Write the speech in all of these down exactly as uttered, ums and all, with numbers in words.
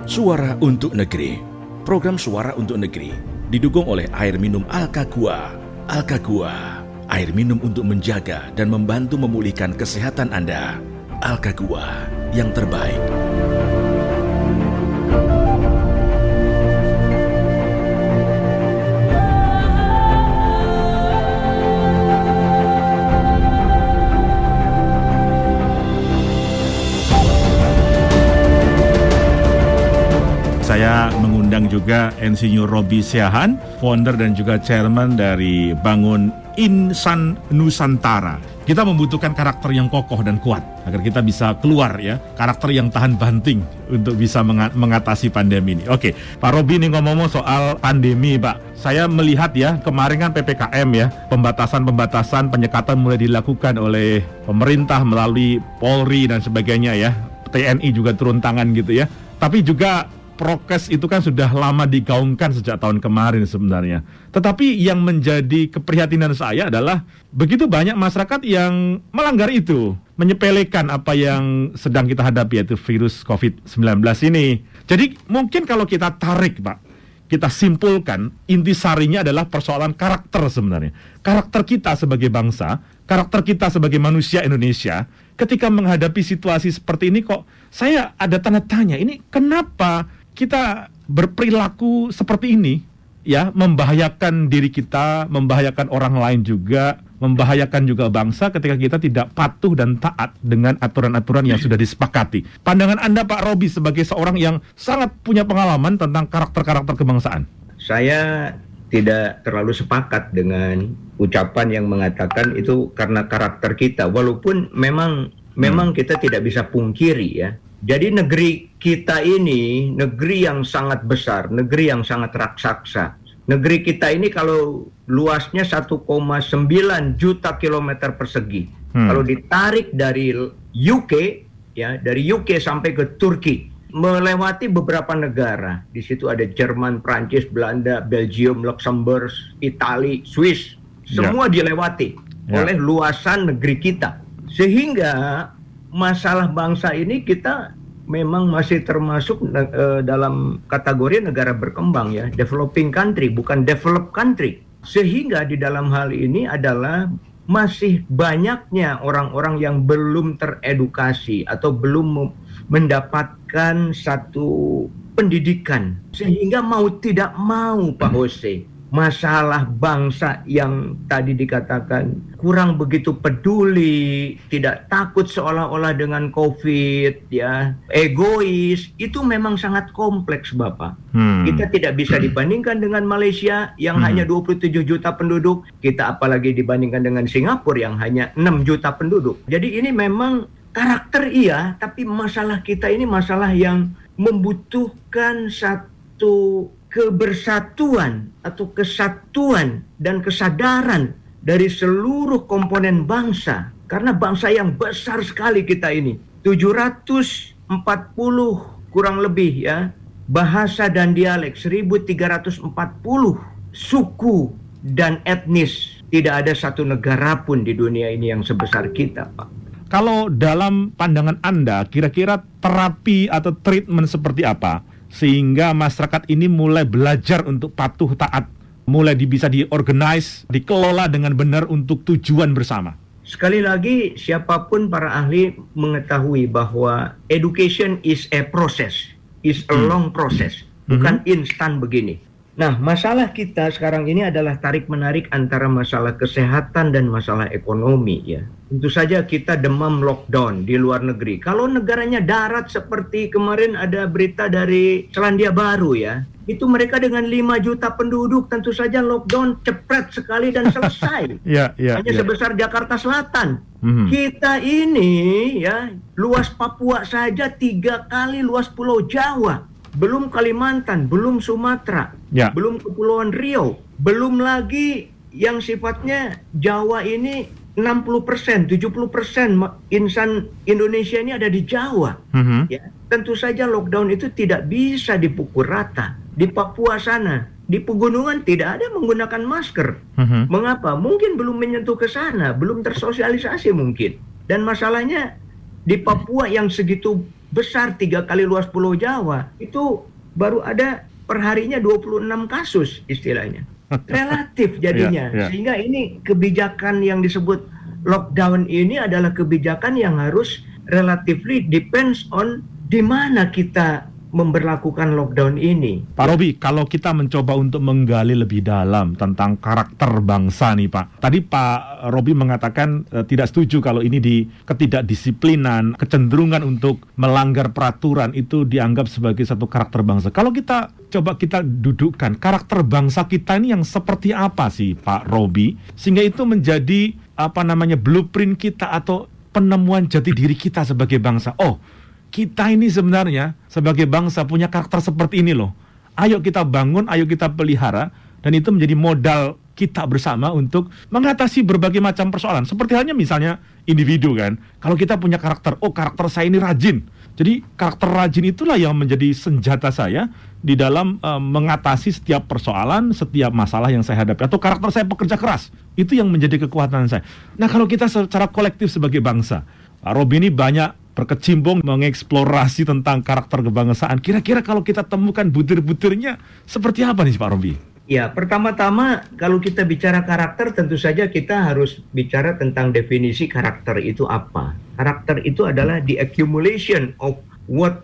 Suara untuk Negeri. Program Suara untuk Negeri didukung oleh air minum Alkagua. Alkagua, air minum untuk menjaga dan membantu memulihkan kesehatan Anda. Alkagua, yang terbaik. Saya mengundang juga Insinyur Robby Siahaan, founder dan juga chairman dari Bangun Insan Nusantara. Kita membutuhkan karakter yang kokoh dan kuat agar kita bisa keluar ya, karakter yang tahan banting untuk bisa menga- mengatasi pandemi ini. Oke, Pak Robby ini ngomong-ngomong soal pandemi, Pak. Saya melihat ya, kemarin kan P P K M ya, pembatasan-pembatasan, penyekatan mulai dilakukan oleh pemerintah melalui Polri dan sebagainya ya. T N I juga turun tangan gitu ya. Tapi juga prokes itu kan sudah lama digaungkan sejak tahun kemarin sebenarnya. Tetapi yang menjadi keprihatinan saya adalah begitu banyak masyarakat yang melanggar itu, menyepelekan apa yang sedang kita hadapi, yaitu virus covid sembilan belas ini. Jadi mungkin kalau kita tarik, Pak, kita simpulkan, intisarinya adalah persoalan karakter sebenarnya. Karakter kita sebagai bangsa, karakter kita sebagai manusia Indonesia, ketika menghadapi situasi seperti ini kok saya ada tanda tanya, ini kenapa kita berperilaku seperti ini, ya, membahayakan diri kita, membahayakan orang lain juga, membahayakan juga bangsa ketika kita tidak patuh dan taat dengan aturan-aturan yang sudah disepakati. Pandangan Anda, Pak Robby, sebagai seorang yang sangat punya pengalaman tentang karakter-karakter kebangsaan. Saya tidak terlalu sepakat dengan ucapan yang mengatakan itu karena karakter kita, walaupun memang hmm. memang kita tidak bisa pungkiri ya. Jadi negeri kita ini negeri yang sangat besar, negeri yang sangat raksasa. Negeri kita ini kalau luasnya satu koma sembilan juta kilometer persegi. Hmm. Kalau ditarik dari U K ya, dari U K sampai ke Turki, melewati beberapa negara. Di situ ada Jerman, Prancis, Belanda, Belgium, Luxembourg, Italia, Swiss. Semua ya. dilewati ya. oleh luasan negeri kita. Sehingga masalah bangsa ini kita memang masih termasuk uh, dalam kategori negara berkembang ya, developing country, bukan developed country. Sehingga di dalam hal ini adalah masih banyaknya orang-orang yang belum teredukasi atau belum mendapatkan satu pendidikan. Sehingga mau tidak mau, Pak Jose, masalah bangsa yang tadi dikatakan kurang begitu peduli, tidak takut seolah-olah dengan COVID, ya, egois, itu memang sangat kompleks, Bapak. Hmm. Kita tidak bisa dibandingkan dengan Malaysia yang hmm. hanya dua puluh tujuh juta penduduk, kita apalagi dibandingkan dengan Singapura yang hanya enam juta penduduk. Jadi ini memang karakter iya, tapi masalah kita ini masalah yang membutuhkan satu kebersatuan atau kesatuan dan kesadaran dari seluruh komponen bangsa. Karena bangsa yang besar sekali kita ini, tujuh ratus empat puluh kurang lebih ya, bahasa dan dialek, seribu tiga ratus empat puluh suku dan etnis. Tidak ada satu negara pun di dunia ini yang sebesar kita, Pak. Kalau dalam pandangan Anda, kira-kira terapi atau treatment seperti apa sehingga masyarakat ini mulai belajar untuk patuh taat, mulai di, bisa diorganize, dikelola dengan benar untuk tujuan bersama? Sekali lagi, siapapun para ahli mengetahui bahwa education is a process, is a hmm. long process, bukan hmm. instan begini. Nah, masalah kita sekarang ini adalah tarik-menarik antara masalah kesehatan dan masalah ekonomi ya. Tentu saja kita demam lockdown di luar negeri. Kalau negaranya darat seperti kemarin ada berita dari Selandia Baru ya, itu mereka dengan lima juta penduduk tentu saja lockdown cepret sekali dan selesai. yeah, yeah, Hanya yeah. sebesar Jakarta Selatan. Mm-hmm. Kita ini ya, luas Papua saja tiga kali luas Pulau Jawa. Belum Kalimantan, belum Sumatera, ya. belum Kepulauan Riau, belum lagi yang sifatnya Jawa ini enam puluh persen, tujuh puluh persen insan Indonesia ini ada di Jawa. Mm-hmm. Ya, tentu saja lockdown itu tidak bisa dipukul rata. Di Papua sana, di pegunungan tidak ada menggunakan masker. Mm-hmm. Mengapa? Mungkin belum menyentuh ke sana, belum tersosialisasi mungkin. Dan masalahnya di Papua yang segitu besar tiga kali luas Pulau Jawa, itu baru ada perharinya dua puluh enam kasus istilahnya. Relatif jadinya. Yeah, yeah. Sehingga ini kebijakan yang disebut lockdown ini adalah kebijakan yang harus relatively depends on di mana kita memberlakukan lockdown ini. Pak Robi, kalau kita mencoba untuk menggali lebih dalam tentang karakter bangsa nih Pak. Tadi Pak Robi mengatakan e, tidak setuju kalau ini di ketidakdisiplinan, kecenderungan untuk melanggar peraturan itu dianggap sebagai satu karakter bangsa. Kalau kita coba kita dudukkan, karakter bangsa kita ini yang seperti apa sih Pak Robi? Sehingga itu menjadi apa namanya blueprint kita atau penemuan jati diri kita sebagai bangsa. Oh, kita ini sebenarnya sebagai bangsa punya karakter seperti ini loh. Ayo kita bangun, ayo kita pelihara, dan itu menjadi modal kita bersama untuk mengatasi berbagai macam persoalan. Seperti halnya misalnya individu kan. Kalau kita punya karakter, oh karakter saya ini rajin. Jadi karakter rajin itulah yang menjadi senjata saya di dalam uh, mengatasi setiap persoalan, setiap masalah yang saya hadapi. Atau karakter saya pekerja keras, itu yang menjadi kekuatan saya. Nah kalau kita secara kolektif sebagai bangsa, Pak Robi ini banyak berkecimpung mengeksplorasi tentang karakter kebangsaan. Kira-kira kalau kita temukan butir-butirnya seperti apa nih Pak Robi? Ya, pertama-tama kalau kita bicara karakter tentu saja kita harus bicara tentang definisi karakter itu apa. Karakter itu adalah the accumulation of what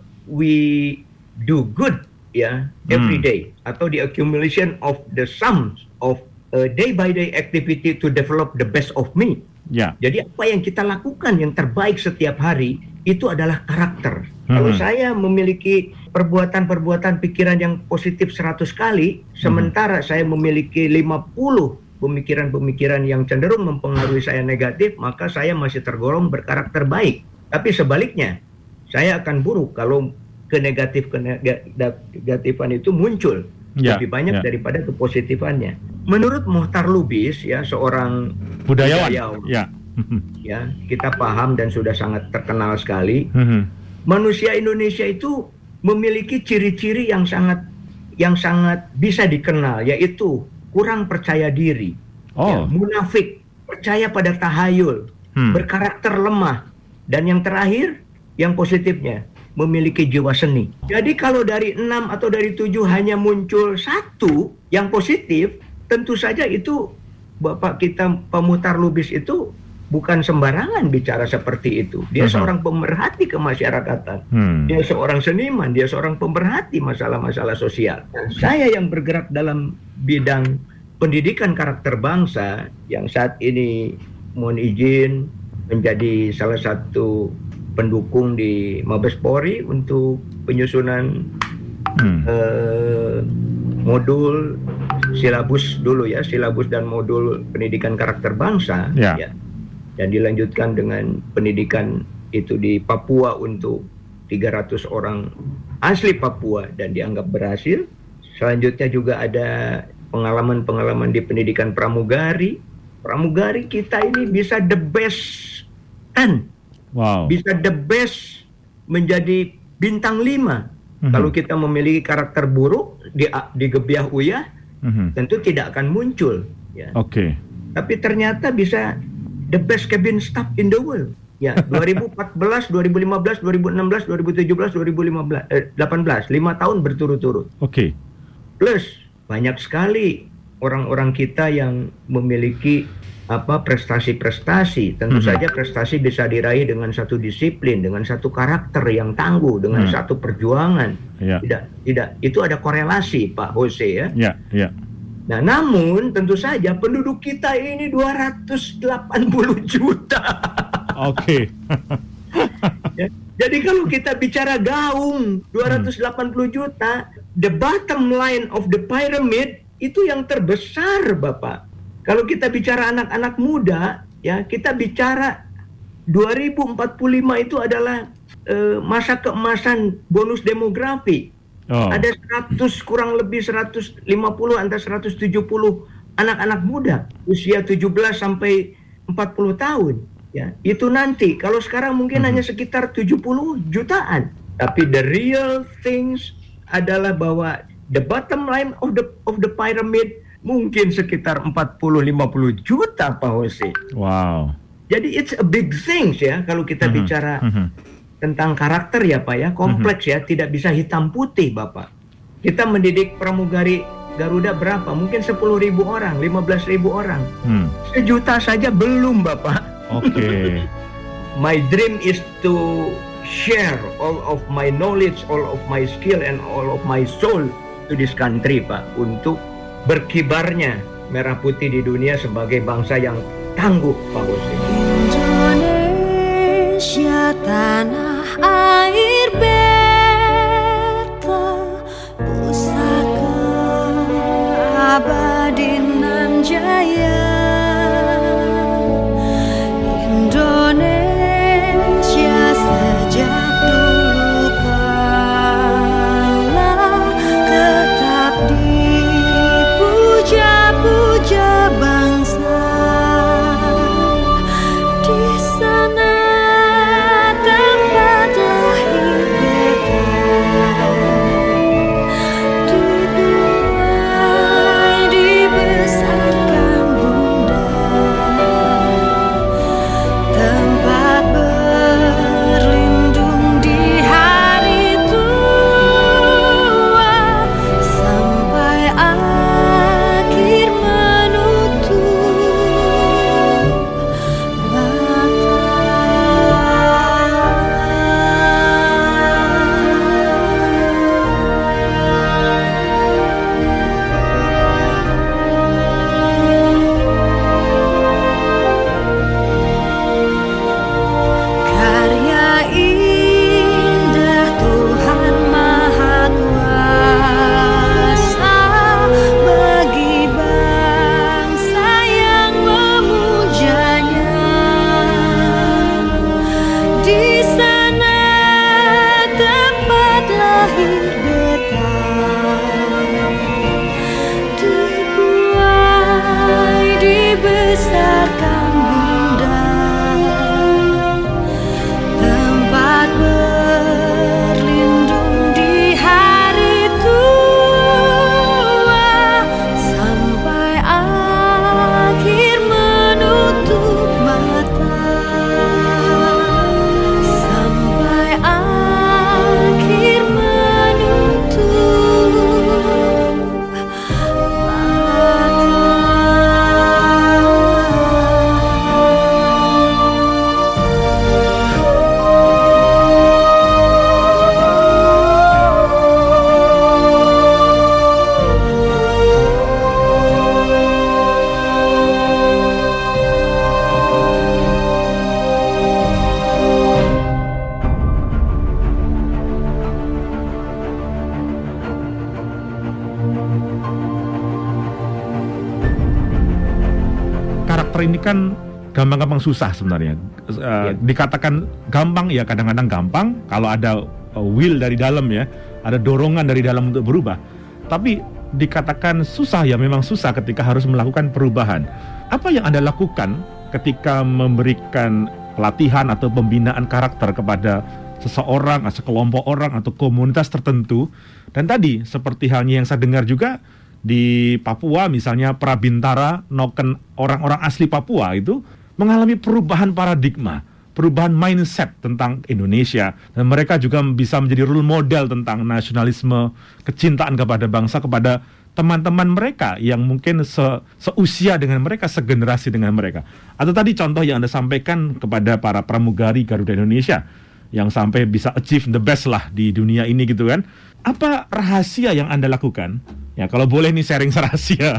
we do good ya every day, hmm. atau the accumulation of the sums of uh, day by day activity to develop the best of me. Ya. Jadi apa yang kita lakukan yang terbaik setiap hari itu adalah karakter. Hmm. Kalau saya memiliki perbuatan-perbuatan pikiran yang positif seratus kali, hmm. sementara saya memiliki lima puluh pemikiran-pemikiran yang cenderung mempengaruhi saya negatif, maka saya masih tergolong berkarakter baik. Tapi sebaliknya, saya akan buruk kalau kenegatif-kenegatifan itu muncul. Ya, lebih banyak ya. daripada kepositifannya. Menurut Mohtar Lubis, ya seorang budayawan, budayawan ya. ya kita paham dan sudah sangat terkenal sekali. Mm-hmm. Manusia Indonesia itu memiliki ciri-ciri yang sangat yang sangat bisa dikenal, yaitu kurang percaya diri, oh. ya, munafik, percaya pada tahayul, hmm. berkarakter lemah, dan yang terakhir, yang positifnya, memiliki jiwa seni. Jadi kalau dari enam atau dari tujuh hanya muncul satu yang positif, tentu saja itu Bapak kita Pemutar Lubis itu bukan sembarangan bicara seperti itu. Dia uh-huh. seorang pemerhati kemasyarakatan. Hmm. Dia seorang seniman, dia seorang pemerhati masalah-masalah sosial. Dan saya yang bergerak dalam bidang pendidikan karakter bangsa yang saat ini mohon izin menjadi salah satu pendukung di Mabes Polri untuk penyusunan hmm. uh, modul silabus dulu ya, silabus dan modul pendidikan karakter bangsa ya. Ya, dan dilanjutkan dengan pendidikan itu di Papua untuk tiga ratus orang asli Papua dan dianggap berhasil. Selanjutnya juga ada pengalaman-pengalaman di pendidikan pramugari. Pramugari kita ini bisa the best ten. Wow. Bisa the best menjadi bintang lima. Mm-hmm. Kalau kita memiliki karakter buruk di di gebiah uyah, mm-hmm. tentu tidak akan muncul. Ya. Oke. Okay. Tapi ternyata bisa the best cabin staff in the world. Ya, dua ribu empat belas, dua ribu lima belas, dua ribu enam belas, dua ribu tujuh belas, dua ribu delapan belas, lima tahun berturut-turut. Oke. Okay. Plus banyak sekali orang-orang kita yang memiliki apa prestasi-prestasi. Tentu mm-hmm. saja prestasi bisa diraih dengan satu disiplin, dengan satu karakter yang tangguh, dengan mm. satu perjuangan. Yeah. Tidak, tidak. Itu ada korelasi, Pak Jose ya. Iya, yeah, iya. Yeah. Nah, namun tentu saja penduduk kita ini dua ratus delapan puluh juta. Oke. Ya, jadi kalau kita bicara gaung dua ratus delapan puluh juta, the bottom line of the pyramid itu yang terbesar, Bapak. Kalau kita bicara anak-anak muda, ya kita bicara dua ribu empat puluh lima itu adalah uh, masa keemasan bonus demografi. Oh. Ada seratus kurang lebih seratus lima puluh antara seratus tujuh puluh anak-anak muda usia tujuh belas sampai empat puluh tahun, ya. Itu nanti kalau sekarang mungkin mm-hmm. hanya sekitar tujuh puluh jutaan. Tapi the real things adalah bahwa the bottom line of the of the pyramid mungkin sekitar empat puluh lima puluh juta, Pak Jose. Wow. Jadi it's a big things ya kalau kita mm-hmm. bicara mm-hmm. tentang karakter ya Pak ya, kompleks mm-hmm. ya, tidak bisa hitam putih Bapak. Kita mendidik pramugari Garuda berapa? Mungkin sepuluh ribu orang, lima belas ribu orang. Hmm. Sejuta saja belum Bapak. Oke. Okay. My dream is to share all of my knowledge, all of my skill and all of my soul to this country Pak, untuk berkibarnya merah putih di dunia sebagai bangsa yang tangguh Pak Hussein. Indonesia tanah air beta, pusaka abadi nan jaya. Indonesia sejak dulu kala tetap dipuja-puja bangsa. Di sana tempat lahir beta, dibuai dibesarkan bunda, tempat berlindung di hari tua, sampai akhir menutup karya indah Tuhan Maha Kuasa bagi bangsa yang memujanya. Di sana tempat lahir beta, dibuai dibesarkan bunda, tempat berlindung di hari tua, sampai akhir menutup mata, sampai akhir menutup Karakter ini kan gampang-gampang susah sebenarnya. Uh, Ya. Dikatakan gampang ya kadang-kadang gampang kalau ada uh, will dari dalam ya, ada dorongan dari dalam untuk berubah. Tapi dikatakan susah ya memang susah ketika harus melakukan perubahan. Apa yang Anda lakukan ketika memberikan pelatihan atau pembinaan karakter kepada seseorang, sekelompok orang atau komunitas tertentu? Dan tadi seperti halnya yang saya dengar juga di Papua misalnya Prabintara, Noken, orang-orang asli Papua itu mengalami perubahan paradigma, perubahan mindset tentang Indonesia, dan mereka juga bisa menjadi role model tentang nasionalisme, kecintaan kepada bangsa kepada teman-teman mereka yang mungkin se- seusia dengan mereka, segenerasi dengan mereka. Atau tadi contoh yang Anda sampaikan kepada para pramugari Garuda Indonesia yang sampai bisa achieve the best lah di dunia ini gitu kan. Apa rahasia yang Anda lakukan? Ya kalau boleh nih sharing rahasia.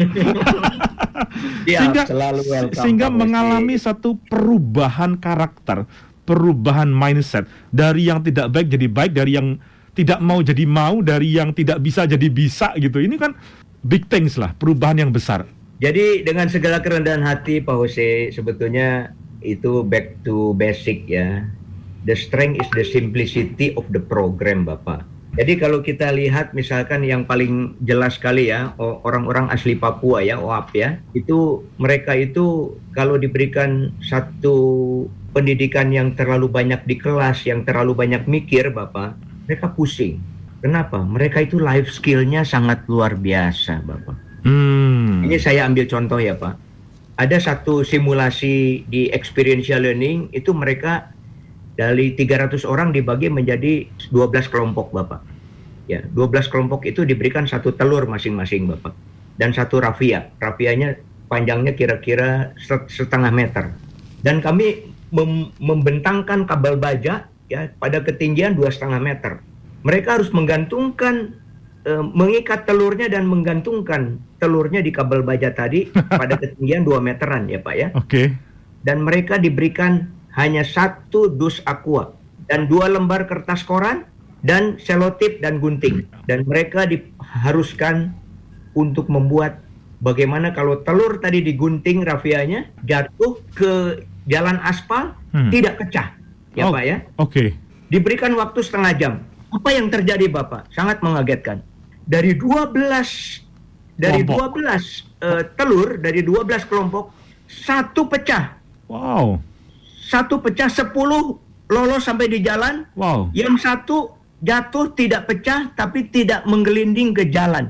Ya, sehingga selalu welcome, sehingga Pak mengalami Hussein. satu perubahan karakter, perubahan mindset dari yang tidak baik jadi baik, dari yang tidak mau jadi mau, dari yang tidak bisa jadi bisa gitu. Ini kan big things lah, perubahan yang besar. Jadi dengan segala kerendahan hati Pak Jose, sebetulnya itu back to basic ya. The strength is the simplicity of the program Bapak. Jadi kalau kita lihat misalkan yang paling jelas sekali ya, orang-orang asli Papua ya, O A P ya, itu mereka itu kalau diberikan satu pendidikan yang terlalu banyak di kelas, yang terlalu banyak mikir Bapak, mereka pusing. Kenapa? Mereka itu life skill-nya sangat luar biasa Bapak. Hmm. Ini saya ambil contoh ya Pak. Ada satu simulasi di experiential learning, itu mereka Dari tiga ratus orang dibagi menjadi dua belas kelompok, Bapak. Ya, dua belas kelompok itu diberikan satu telur masing-masing, Bapak. Dan satu rafia. Rafianya panjangnya kira-kira setengah meter. Dan kami mem- membentangkan kabel baja ya pada ketinggian dua setengah meter. Mereka harus menggantungkan, e, mengikat telurnya dan menggantungkan telurnya di kabel baja tadi pada ketinggian dua meteran ya, Pak ya. Oke. Okay. Dan mereka diberikan hanya satu dus aqua dan dua lembar kertas koran dan selotip dan gunting. Dan mereka diharuskan untuk membuat bagaimana kalau telur tadi digunting rafianya jatuh ke jalan aspal hmm. tidak pecah. Ya oh, Pak ya. Oke. Okay. Diberikan waktu setengah jam. Apa yang terjadi Bapak? Sangat mengagetkan. Dari dua belas dari kelompok. dua belas uh, telur dari dua belas kelompok satu pecah. Wow. Satu pecah, sepuluh lolos sampai di jalan. Wow. Yang satu jatuh tidak pecah tapi tidak menggelinding ke jalan.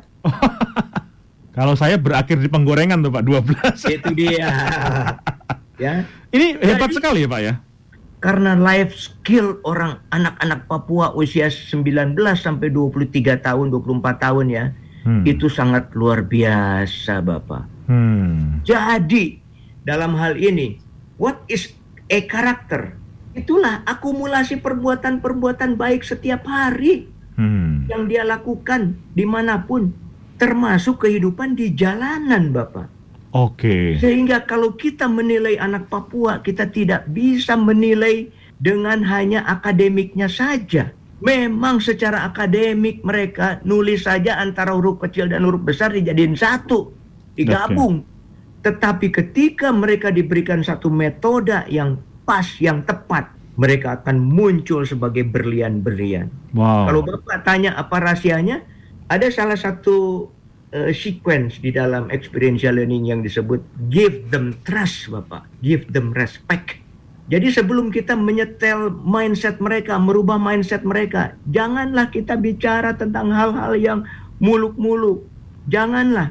Kalau saya berakhir di penggorengan tuh Pak, dua belas. Itu dia. Ya. Ini hebat Jadi, sekali ya Pak ya. Karena life skill orang anak-anak Papua usia sembilan belas sampai dua puluh tiga tahun, dua puluh empat tahun ya. Hmm. Itu sangat luar biasa Bapak. Hmm. Jadi dalam hal ini, what is a character? Itulah akumulasi perbuatan-perbuatan baik setiap hari hmm. yang dia lakukan dimanapun, termasuk kehidupan di jalanan, Bapak. Oke. Okay. Sehingga kalau kita menilai anak Papua, kita tidak bisa menilai dengan hanya akademiknya saja. Memang secara akademik mereka nulis saja antara huruf kecil dan huruf besar dijadiin satu, digabung. Okay. Tetapi ketika mereka diberikan satu metode yang pas, yang tepat, mereka akan muncul sebagai berlian-berlian. Wow. Kalau Bapak tanya apa rahasianya, ada salah satu uh, sequence di dalam experiential learning yang disebut give them trust, Bapak. Give them respect. Jadi sebelum kita menyetel mindset mereka, merubah mindset mereka, janganlah kita bicara tentang hal-hal yang muluk-muluk. Janganlah.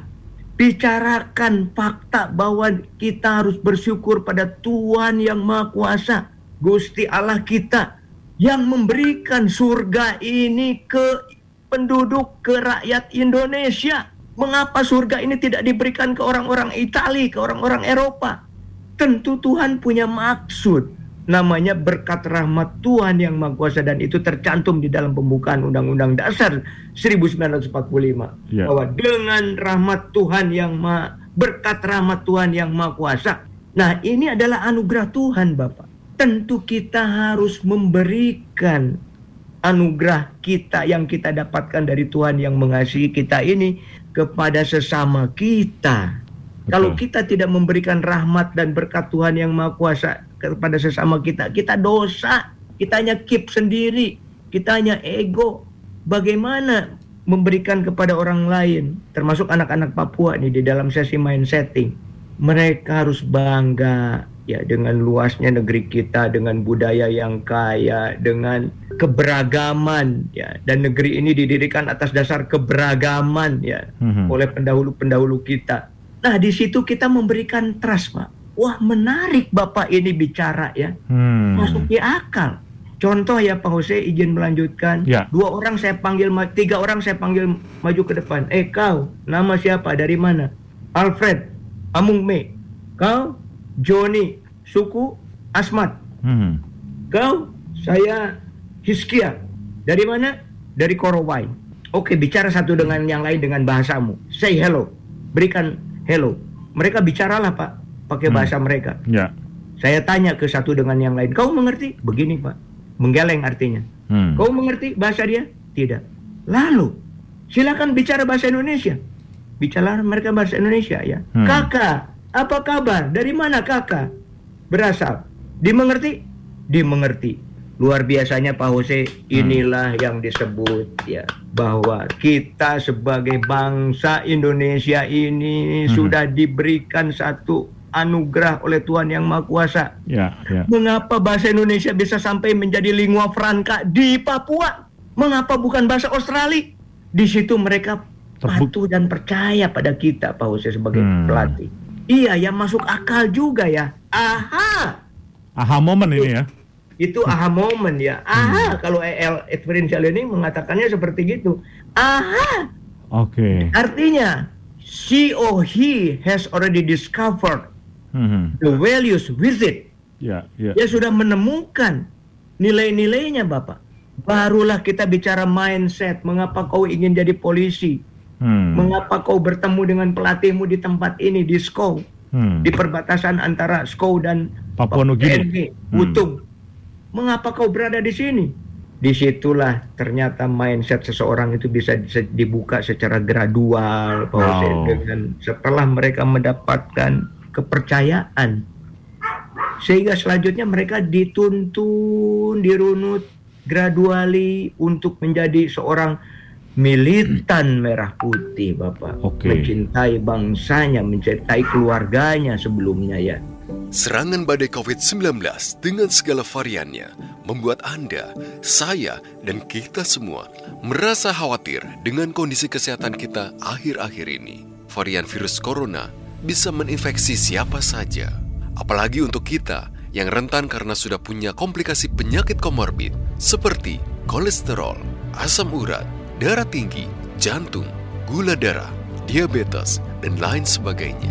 Bicarakan fakta bahwa kita harus bersyukur pada Tuhan yang Maha Kuasa, Gusti Allah kita, yang memberikan surga ini ke penduduk, ke rakyat Indonesia. Mengapa surga ini tidak diberikan ke orang-orang Italia, ke orang-orang Eropa? Tentu Tuhan punya maksud. Namanya berkat rahmat Tuhan yang Maha Kuasa, dan itu tercantum di dalam pembukaan Undang-Undang Dasar seribu sembilan ratus empat puluh lima. Yeah. Bahwa dengan rahmat Tuhan yang Maha, berkat rahmat Tuhan yang Maha Kuasa. Nah, ini adalah anugerah Tuhan, Bapak. Tentu kita harus memberikan anugerah kita yang kita dapatkan dari Tuhan yang mengasihi kita ini kepada sesama kita. Betul. Kalau kita tidak memberikan rahmat dan berkat Tuhan yang Maha Kuasa kepada sesama kita, kita dosa, kita hanya keep sendiri, kita hanya ego. Bagaimana memberikan kepada orang lain, termasuk anak-anak Papua nih di dalam sesi mind setting? Mereka harus bangga ya dengan luasnya negeri kita, dengan budaya yang kaya, dengan keberagaman ya, dan negeri ini didirikan atas dasar keberagaman ya mm-hmm. oleh pendahulu-pendahulu kita. Nah, di situ kita memberikan trust, Pak. Wah, menarik Bapak ini bicara ya. Hmm. Masuk di akal. Contoh ya Pak Jose, izin melanjutkan. Ya. Dua orang saya panggil, tiga orang saya panggil maju ke depan. Eh kau, nama siapa? Dari mana? Alfred, Amung Me. Kau, Johnny, suku Asmat. Hmm. Kau, saya Hiskia. Dari mana? Dari Korowai. Oke, bicara satu dengan yang lain dengan bahasamu. Say hello. Berikan hello. Mereka bicaralah Pak, pakai bahasa hmm. mereka. Ya. Saya tanya ke satu dengan yang lain, kau mengerti? Begini Pak, menggeleng artinya. Hmm. Kau mengerti bahasa dia? Tidak. Lalu, silakan bicara bahasa Indonesia. Bicara mereka bahasa Indonesia ya. Hmm. Kakak, apa kabar? Dari mana kakak berasal? Dimengerti? Dimengerti. Luar biasanya Pak Jose, inilah hmm. yang disebut ya, bahwa kita sebagai bangsa Indonesia ini hmm. sudah diberikan satu anugerah oleh Tuhan yang Maha Kuasa. Ya, ya. Mengapa bahasa Indonesia bisa sampai menjadi lingua franca di Papua? Mengapa bukan bahasa Australia? Di situ mereka patuh dan percaya pada kita Pak Jose sebagai hmm. pelatih. Iya, yang masuk akal juga ya. Aha. Aha momen ini ya. Itu aha moment ya. Aha, hmm. kalau E L experiential learning mengatakannya seperti gitu. Aha. Oke. Okay. Artinya she or he has already discovered hmm. the values with it. Ya, yeah, yeah. Dia sudah menemukan nilai-nilainya, Bapak. Barulah kita bicara mindset. Mengapa kau ingin jadi polisi? Hmm. Mengapa kau bertemu dengan pelatihmu di tempat ini, di S K O W, hmm. di perbatasan antara S K O W dan Papua Nugini, P N G, Utung. Hmm. Mengapa kau berada di sini? Disitulah ternyata mindset seseorang itu bisa dibuka secara gradual, wow. dengan setelah mereka mendapatkan kepercayaan, sehingga selanjutnya mereka dituntun, dirunut gradually untuk menjadi seorang militan merah putih, Bapak. Okay. Mencintai bangsanya, mencintai keluarganya sebelumnya ya. Serangan badai covid sembilan belas dengan segala variannya membuat Anda, saya, dan kita semua merasa khawatir dengan kondisi kesehatan kita akhir-akhir ini. Varian virus corona bisa menginfeksi siapa saja. Apalagi untuk kita yang rentan karena sudah punya komplikasi penyakit komorbid seperti kolesterol, asam urat, darah tinggi, jantung, gula darah, diabetes, dan lain sebagainya.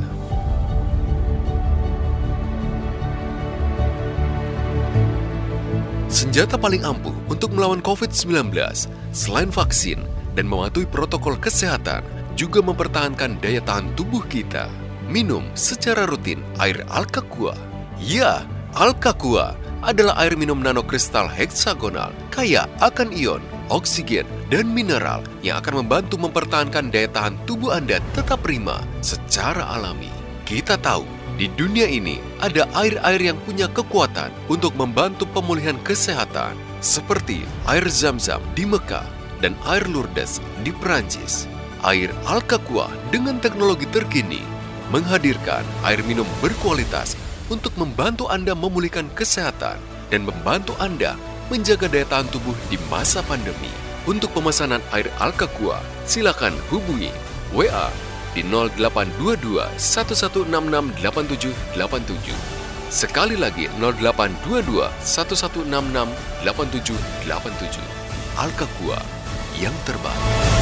Senjata paling ampuh untuk melawan covid sembilan belas selain vaksin dan mematuhi protokol kesehatan juga mempertahankan daya tahan tubuh kita. Minum secara rutin air Alka-Kua. Ya, Alka-Kua adalah air minum nanokristal heksagonal kaya akan ion, oksigen, dan mineral yang akan membantu mempertahankan daya tahan tubuh Anda tetap prima secara alami. Kita tahu di dunia ini ada air-air yang punya kekuatan untuk membantu pemulihan kesehatan, seperti air Zam-Zam di Mekah dan air Lourdes di Perancis. Air Alka-Kua dengan teknologi terkini menghadirkan air minum berkualitas untuk membantu Anda memulihkan kesehatan dan membantu Anda menjaga daya tahan tubuh di masa pandemi. Untuk pemesanan air Alka-Kua, silakan hubungi W A di nol delapan dua dua satu satu enam enam delapan tujuh delapan tujuh. Sekali lagi nol delapan dua dua satu satu enam enam delapan tujuh delapan tujuh. Alka-Kua yang terbaik.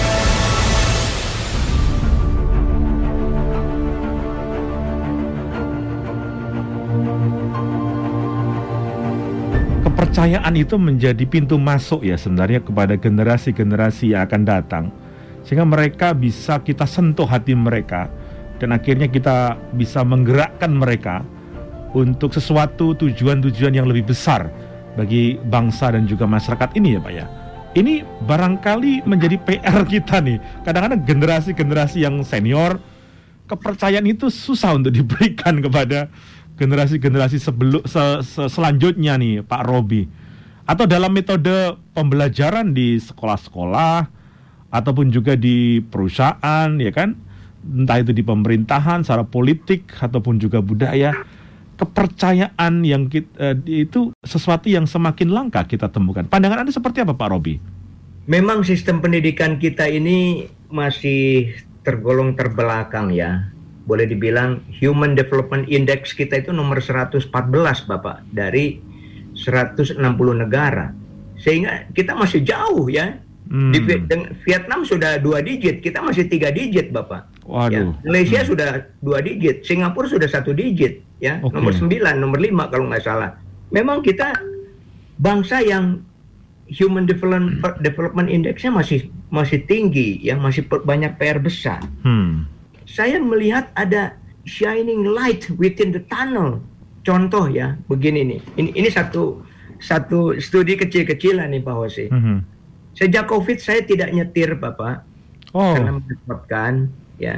Kepercayaan itu menjadi pintu masuk ya sebenarnya kepada generasi-generasi yang akan datang. Sehingga mereka bisa kita sentuh hati mereka dan akhirnya kita bisa menggerakkan mereka untuk sesuatu tujuan-tujuan yang lebih besar bagi bangsa dan juga masyarakat ini ya Pak ya. Ini barangkali menjadi P R kita nih. Kadang-kadang generasi-generasi yang senior, kepercayaan itu susah untuk diberikan kepada generasi-generasi sebelum se, se, selanjutnya nih Pak Robi. Atau dalam metode pembelajaran di sekolah-sekolah ataupun juga di perusahaan, ya kan, entah itu di pemerintahan, secara politik ataupun juga budaya, kepercayaan yang kita, itu sesuatu yang semakin langka kita temukan. Pandangan Anda seperti apa, Pak Robi? Memang sistem pendidikan kita ini masih tergolong terbelakang ya. Boleh dibilang Human Development Index kita itu nomor seratus empat belas, Bapak, dari seratus enam puluh negara. Sehingga kita masih jauh ya. Hmm. Di Vietnam sudah dua digit, kita masih tiga digit, Bapak. Ya, Malaysia hmm. sudah dua digit, Singapura sudah satu digit, ya, okay. nomor sembilan, nomor lima kalau nggak salah. Memang kita bangsa yang Human Development, Development Index-nya masih masih tinggi, yang masih banyak P R besar. Hmm. Saya melihat ada shining light within the tunnel. Contoh ya, begini nih. Ini ini satu satu studi kecil-kecilan nih Pak Jose. Hmm. Sejak COVID saya tidak nyetir, Bapak, oh. karena merepotkan, ya.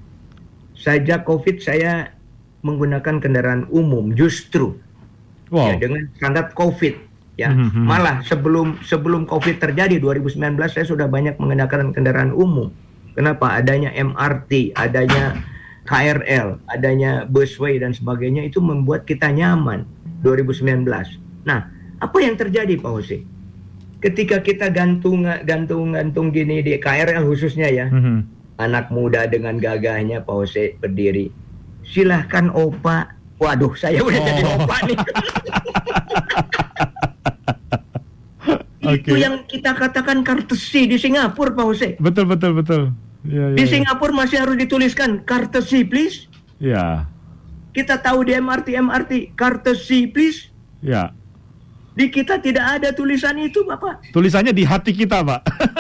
Sejak COVID saya menggunakan kendaraan umum, justru, wow. ya, dengan standar COVID, ya. Mm-hmm. Malah sebelum sebelum COVID terjadi dua ribu sembilan belas saya sudah banyak menggunakan kendaraan umum. Kenapa? Adanya M R T, adanya K R L, adanya busway dan sebagainya itu membuat kita nyaman dua ribu sembilan belas. Nah, apa yang terjadi, Pak Jose? Ketika kita gantung gantung gantung gini di K R L khususnya ya, mm-hmm. anak muda dengan gagahnya Pak Jose berdiri, silahkan opa. Waduh, saya udah oh. jadi opa nih. Itu Oke. yang kita katakan courtesy di Singapura, Pak Jose. Betul, betul, betul. Ya, ya, Di ya. Singapura masih harus dituliskan courtesy please. Ya, Kita tahu di M R T M R T courtesy please. ya. Di kita tidak ada tulisan itu, Bapak. Tulisannya di hati kita, Pak.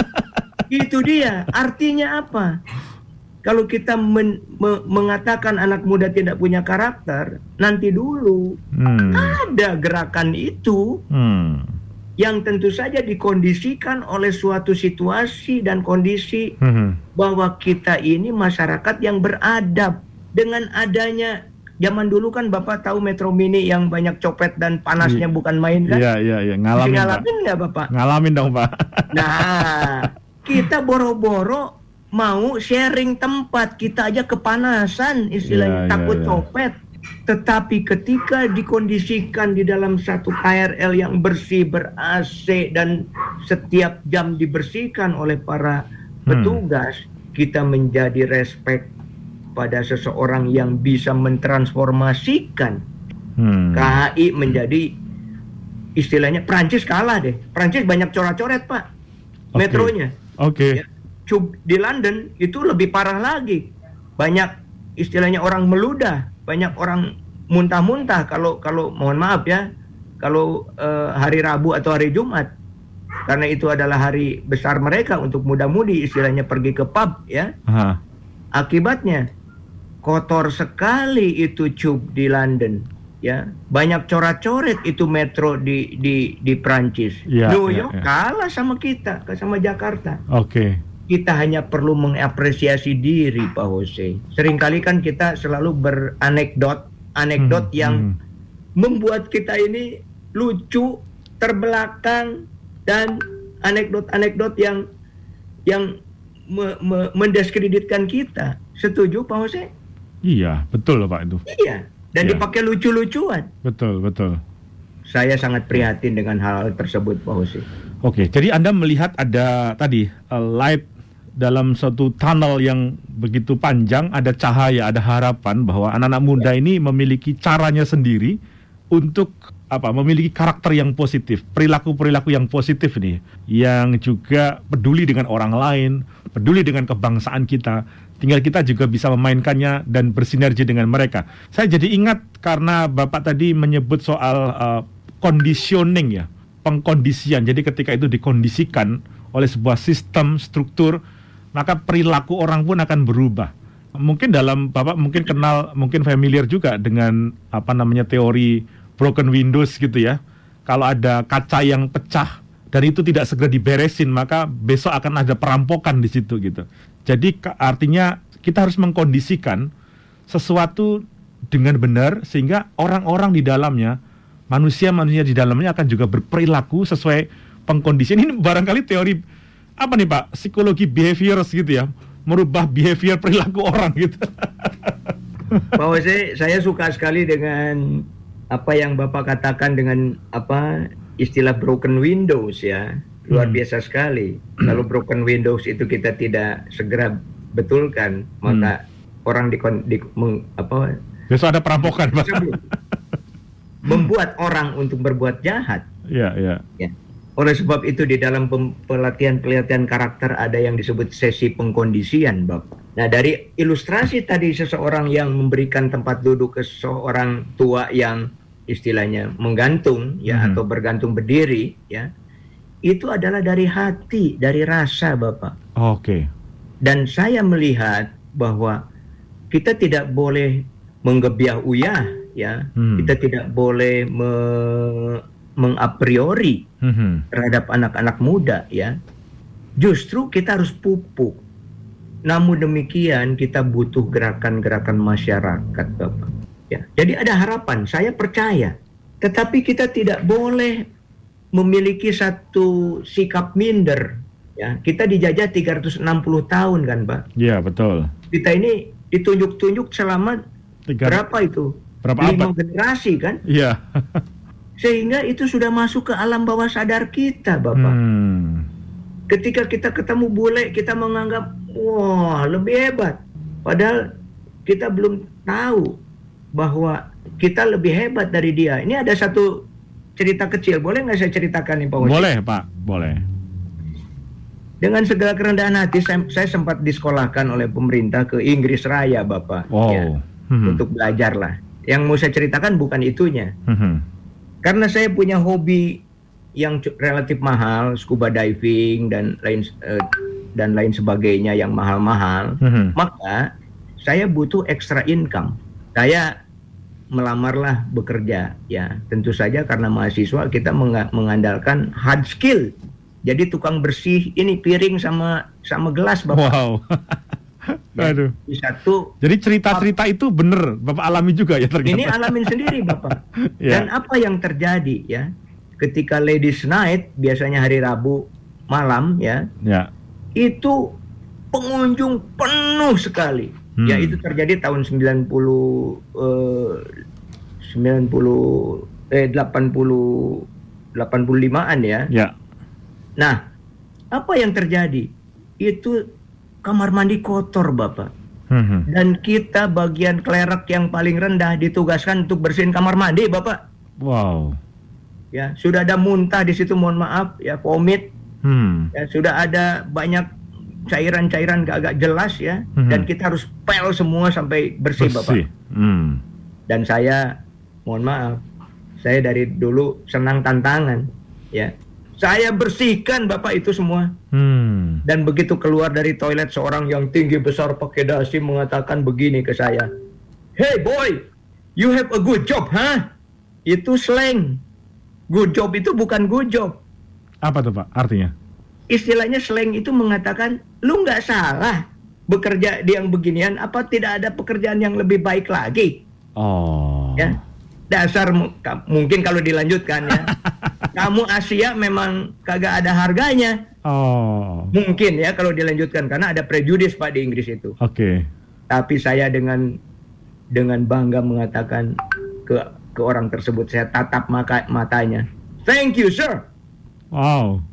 Itu dia. Artinya apa? Kalau kita men- me- mengatakan anak muda tidak punya karakter, nanti dulu Hmm. ada gerakan itu Hmm. yang tentu saja dikondisikan oleh suatu situasi dan kondisi Hmm. bahwa kita ini masyarakat yang beradab. Dengan adanya zaman dulu kan Bapak tahu Metro Mini yang banyak copet dan panasnya I- bukan main kan? Iya, iya, iya. Masih Ngalamin, Pak. ngalamin nggak Bapak? Ngalamin dong, Pak. Nah, kita boro-boro mau sharing tempat, kita aja kepanasan istilahnya, Ya, ya, takut ya. copet. Tetapi ketika dikondisikan di dalam satu K R L yang bersih, ber-A C dan setiap jam dibersihkan oleh para petugas, kita menjadi respect pada seseorang yang bisa mentransformasikan Hmm. K H I menjadi istilahnya Prancis kalah deh. Prancis banyak coret-coret, Pak. Oke. Metronya. Oke. Ya. Cub di London itu lebih parah lagi. Banyak istilahnya orang meludah, banyak orang muntah-muntah kalau kalau mohon maaf ya, kalau eh, hari Rabu atau hari Jumat. Karena itu adalah hari besar mereka untuk muda-mudi istilahnya pergi ke pub ya. Aha. Akibatnya kotor sekali itu cub di London ya. Banyak coret-coret itu metro di di di Prancis. Ya, New ya, York ya. kalah sama kita, sama Jakarta. Oke. Kita hanya perlu mengapresiasi diri, Pak Jose. Seringkali kan kita selalu beranekdot, anekdot Hmm, yang hmm. membuat kita ini lucu, terbelakang, dan anekdot-anekdot yang yang me- me- mendiskreditkan kita. Setuju, Pak Jose? Iya, betul loh, Pak itu. Iya. Dan Iya. dipakai lucu-lucuan. Betul, betul. Saya sangat prihatin dengan hal tersebut, Pak Jose. Oke, jadi Anda melihat ada tadi a light dalam suatu tunnel yang begitu panjang, ada cahaya, ada harapan bahwa anak-anak muda ini memiliki caranya sendiri untuk apa? Memiliki karakter yang positif, perilaku-perilaku yang positif nih, yang juga peduli dengan orang lain, peduli dengan kebangsaan kita. Tinggal kita juga bisa memainkannya dan bersinergi dengan mereka. Saya jadi ingat karena Bapak tadi menyebut soal uh, conditioning ya, pengkondisian. Jadi ketika itu dikondisikan oleh sebuah sistem, struktur, maka perilaku orang pun akan berubah. Mungkin dalam Bapak mungkin kenal, mungkin familiar juga dengan apa namanya teori broken windows gitu ya. Kalau ada kaca yang pecah dan itu tidak segera diberesin, maka besok akan ada perampokan di situ gitu. Jadi ke- artinya kita harus mengkondisikan sesuatu dengan benar sehingga orang-orang di dalamnya, manusia-manusia di dalamnya akan juga berperilaku sesuai pengkondisian. Ini barangkali teori apa nih Pak? Psikologi behaviors gitu ya, merubah behavior perilaku orang gitu. Pak Jose, saya suka sekali dengan apa yang Bapak katakan dengan apa istilah broken windows ya. Luar Hmm. biasa sekali. Kalau broken windows itu kita tidak segera betulkan, maka orang di, di meng, apa Besok ada perampokan Pak. tersebut membuat orang untuk berbuat jahat. Iya, iya. Ya. Oleh sebab itu di dalam pem- pelatihan-pelatihan karakter ada yang disebut sesi pengkondisian, Bapak. Nah, dari ilustrasi tadi seseorang yang memberikan tempat duduk ke seorang tua yang istilahnya menggantung ya Mhm. atau bergantung berdiri ya. Itu adalah dari hati, dari rasa, Bapak. Oke. Dan saya melihat bahwa kita tidak boleh menggebiah uyah ya. Hmm. Kita tidak boleh me- mengapriori Mhm. terhadap anak-anak muda ya. Justru kita harus pupuk. Namun demikian kita butuh gerakan-gerakan masyarakat, Bapak. Ya. Jadi ada harapan, saya percaya. Tetapi kita tidak boleh memiliki satu sikap minder. Ya, kita dijajah tiga ratus enam puluh tahun kan, Pak. Iya, betul. Kita ini ditunjuk-tunjuk selama Tiga- berapa itu? Berapa Lima abad? generasi kan? Iya. Sehingga itu sudah masuk ke alam bawah sadar kita, Bapak. Hmm. Ketika kita ketemu bule, kita menganggap, wah lebih hebat. Padahal kita belum tahu bahwa kita lebih hebat dari dia. Ini ada satu cerita kecil. Boleh nggak saya ceritakan nih Pak Wajib? Boleh Pak, boleh. Dengan segala kerendahan hati, saya, saya sempat disekolahkan oleh pemerintah ke Inggris Raya, Bapak. Wow. Ya, hmm. Untuk belajar lah. Yang mau saya ceritakan bukan itunya. Hmm. Karena saya punya hobi yang relatif mahal, scuba diving dan lain uh, dan lain sebagainya yang mahal-mahal, hmm. maka saya butuh extra income. Saya melamarlah bekerja, ya tentu saja karena mahasiswa kita meng- mengandalkan hard skill. Jadi tukang bersih ini piring sama sama gelas, Bapak. Wow. Ya, Aduh. di satu. Jadi cerita-cerita itu bener Bapak alami juga ya ternyata. Ini alamin sendiri Bapak. Ya. Dan apa yang terjadi ya ketika Ladies Night biasanya hari Rabu malam ya. Ya. Itu pengunjung penuh sekali. Hmm. Ya itu terjadi tahun sembilan puluh eh, sembilan puluh eh delapan puluh delapan puluh limaan ya. Ya. Nah, apa yang terjadi? Itu kamar mandi kotor, Bapak. Hmm. Dan kita bagian klerek yang paling rendah ditugaskan untuk bersihin kamar mandi, Bapak. Wow. Ya, sudah ada muntah di situ, mohon maaf, ya vomit. Hmm. Ya, sudah ada banyak cairan-cairan agak jelas ya, hmm. dan kita harus pel semua sampai bersih, bersih. Bapak. Hmm. Dan saya, mohon maaf, saya dari dulu senang tantangan, ya. Saya bersihkan Bapak itu semua. Hmm. Dan begitu keluar dari toilet seorang yang tinggi besar pakai dasi mengatakan begini ke saya. Hey boy, you have a good job, huh? Itu slang. Good job itu bukan good job. Apa tuh Pak artinya? Istilahnya slang itu mengatakan, lu nggak salah bekerja di yang beginian, apa tidak ada pekerjaan yang lebih baik lagi? Oh. Ya, dasar mungkin kalau dilanjutkan ya. Kamu Asia memang kagak ada harganya. Oh. Mungkin ya kalau dilanjutkan karena ada prejudis Pak di Inggris itu. Oke. Okay. Tapi saya dengan dengan bangga mengatakan ke ke orang tersebut, saya tatap maka, matanya. Thank you, sir. Wow.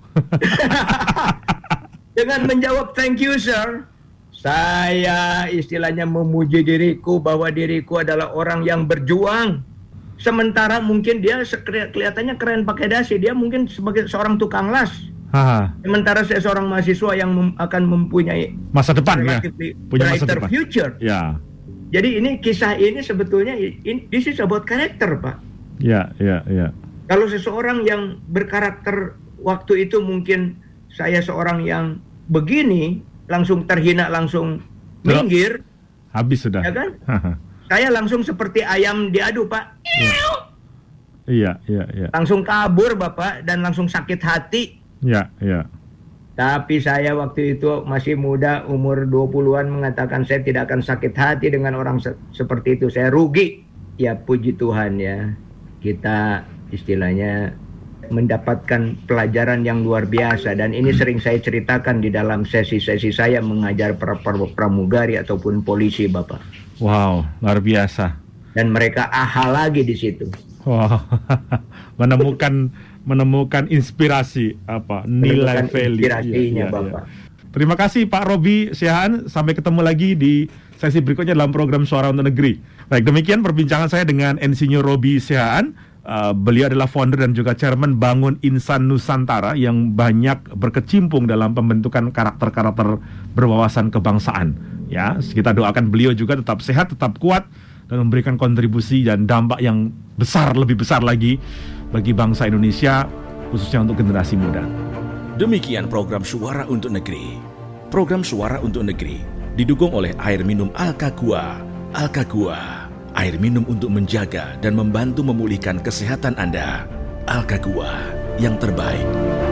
Dengan menjawab thank you, sir, saya istilahnya memuji diriku bahwa diriku adalah orang yang berjuang. Sementara mungkin dia kelihatannya keren pakai dasi, dia mungkin sebagai seorang tukang las. Ha. Sementara saya seorang mahasiswa yang mem- akan mempunyai masa depan ya, punya masa depan. Future. Ya. Jadi ini kisah ini sebetulnya ini, this is about character, Pak. Ya, ya, ya. Kalau seseorang yang berkarakter waktu itu mungkin saya seorang yang begini langsung terhina, langsung minggir, habis sudah. Ya kan? Saya langsung seperti ayam diadu, Pak. Iya, iya, iya. Langsung kabur, Bapak, dan langsung sakit hati. Iya, iya. Tapi saya waktu itu masih muda, umur dua puluhan, mengatakan saya tidak akan sakit hati dengan orang se- seperti itu. Saya rugi. Ya, puji Tuhan ya. Kita istilahnya mendapatkan pelajaran yang luar biasa. Dan ini sering saya ceritakan di dalam sesi-sesi saya mengajar pra- pra- pramugari ataupun polisi, Bapak. Wow, luar biasa. Dan mereka aha lagi di situ. Wow, menemukan menemukan inspirasi apa nilai menemukan value. Inspirasinya, ya, ya, Bapak. Ya. Terima kasih Pak Robi Siahaan. Sampai ketemu lagi di sesi berikutnya dalam program Suara Untuk Negeri. Baik, demikian perbincangan saya dengan Insinyur Robi Siahaan. Uh, beliau adalah founder dan juga chairman Bangun Insan Nusantara yang banyak berkecimpung dalam pembentukan karakter-karakter berwawasan kebangsaan. Ya, kita doakan beliau juga tetap sehat, tetap kuat, dan memberikan kontribusi dan dampak yang besar, lebih besar lagi bagi bangsa Indonesia, khususnya untuk generasi muda. Demikian program Suara Untuk Negeri. Program Suara Untuk Negeri didukung oleh air minum Alka-Gua. Alka-Gua, air minum untuk menjaga dan membantu memulihkan kesehatan Anda. Alka-Gua, yang terbaik.